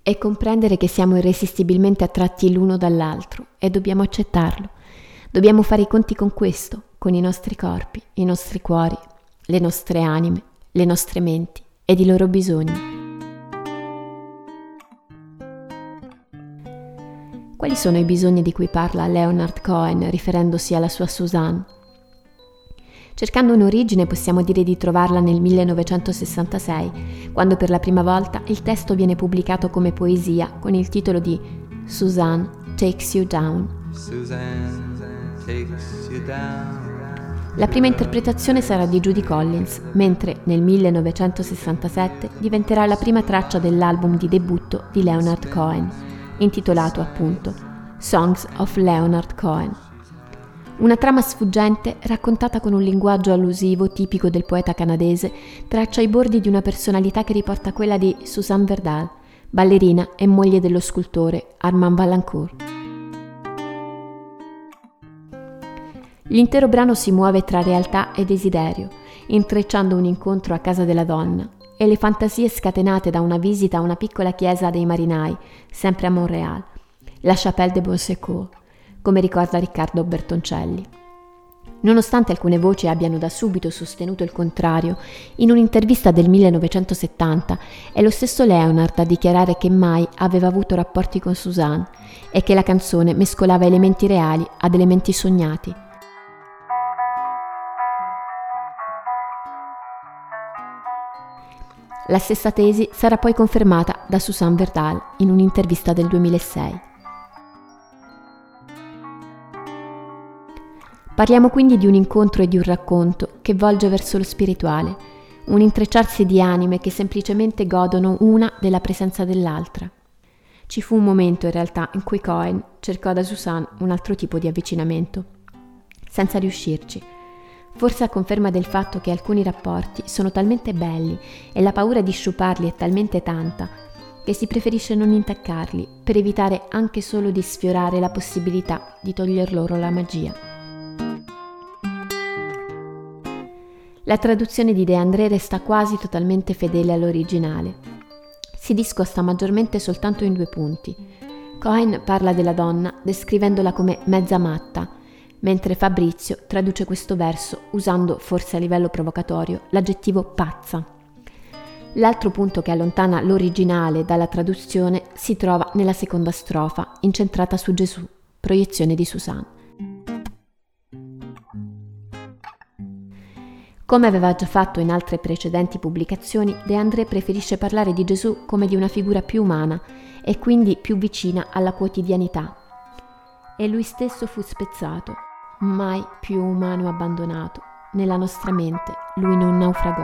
e comprendere che siamo irresistibilmente attratti l'uno dall'altro e dobbiamo accettarlo. Dobbiamo fare i conti con questo, con i nostri corpi, i nostri cuori, le nostre anime, le nostre menti ed i loro bisogni. Quali sono i bisogni di cui parla Leonard Cohen riferendosi alla sua Suzanne? Cercando un'origine possiamo dire di trovarla nel 1966, quando per la prima volta il testo viene pubblicato come poesia con il titolo di Suzanne Takes You Down. La prima interpretazione sarà di Judy Collins, mentre nel 1967 diventerà la prima traccia dell'album di debutto di Leonard Cohen, intitolato appunto Songs of Leonard Cohen. Una trama sfuggente, raccontata con un linguaggio allusivo tipico del poeta canadese, traccia i bordi di una personalità che riporta quella di Suzanne Verdal, ballerina e moglie dello scultore Armand Valancourt. L'intero brano si muove tra realtà e desiderio, intrecciando un incontro a casa della donna e le fantasie scatenate da una visita a una piccola chiesa dei marinai, sempre a Montréal, la Chapelle de Bon Secours, come ricorda Riccardo Bertoncelli. Nonostante alcune voci abbiano da subito sostenuto il contrario, in un'intervista del 1970 è lo stesso Leonard a dichiarare che mai aveva avuto rapporti con Suzanne e che la canzone mescolava elementi reali ad elementi sognati. La stessa tesi sarà poi confermata da Suzanne Verdal in un'intervista del 2006. Parliamo quindi di un incontro e di un racconto che volge verso lo spirituale, un intrecciarsi di anime che semplicemente godono una della presenza dell'altra. Ci fu un momento in realtà in cui Cohen cercò da Suzanne un altro tipo di avvicinamento, senza riuscirci. Forse a conferma del fatto che alcuni rapporti sono talmente belli e la paura di sciuparli è talmente tanta che si preferisce non intaccarli per evitare anche solo di sfiorare la possibilità di toglier loro la magia. La traduzione di De André resta quasi totalmente fedele all'originale. Si discosta maggiormente soltanto in 2 punti. Cohen parla della donna descrivendola come mezza matta, mentre Fabrizio traduce questo verso usando, forse a livello provocatorio, l'aggettivo pazza. L'altro punto che allontana l'originale dalla traduzione si trova nella seconda strofa, incentrata su Gesù, proiezione di Suzanne. Come aveva già fatto in altre precedenti pubblicazioni, De André preferisce parlare di Gesù come di una figura più umana e quindi più vicina alla quotidianità. E lui stesso fu spezzato, mai più umano abbandonato. Nella nostra mente lui non naufragò.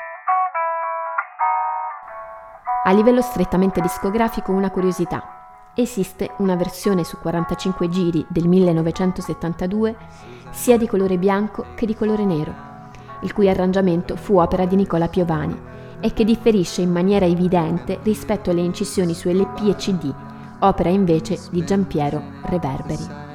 A livello strettamente discografico una curiosità. Esiste una versione su 45 giri del 1972 sia di colore bianco che di colore nero, il cui arrangiamento fu opera di Nicola Piovani e che differisce in maniera evidente rispetto alle incisioni su LP e CD, opera invece di Giampiero Reverberi.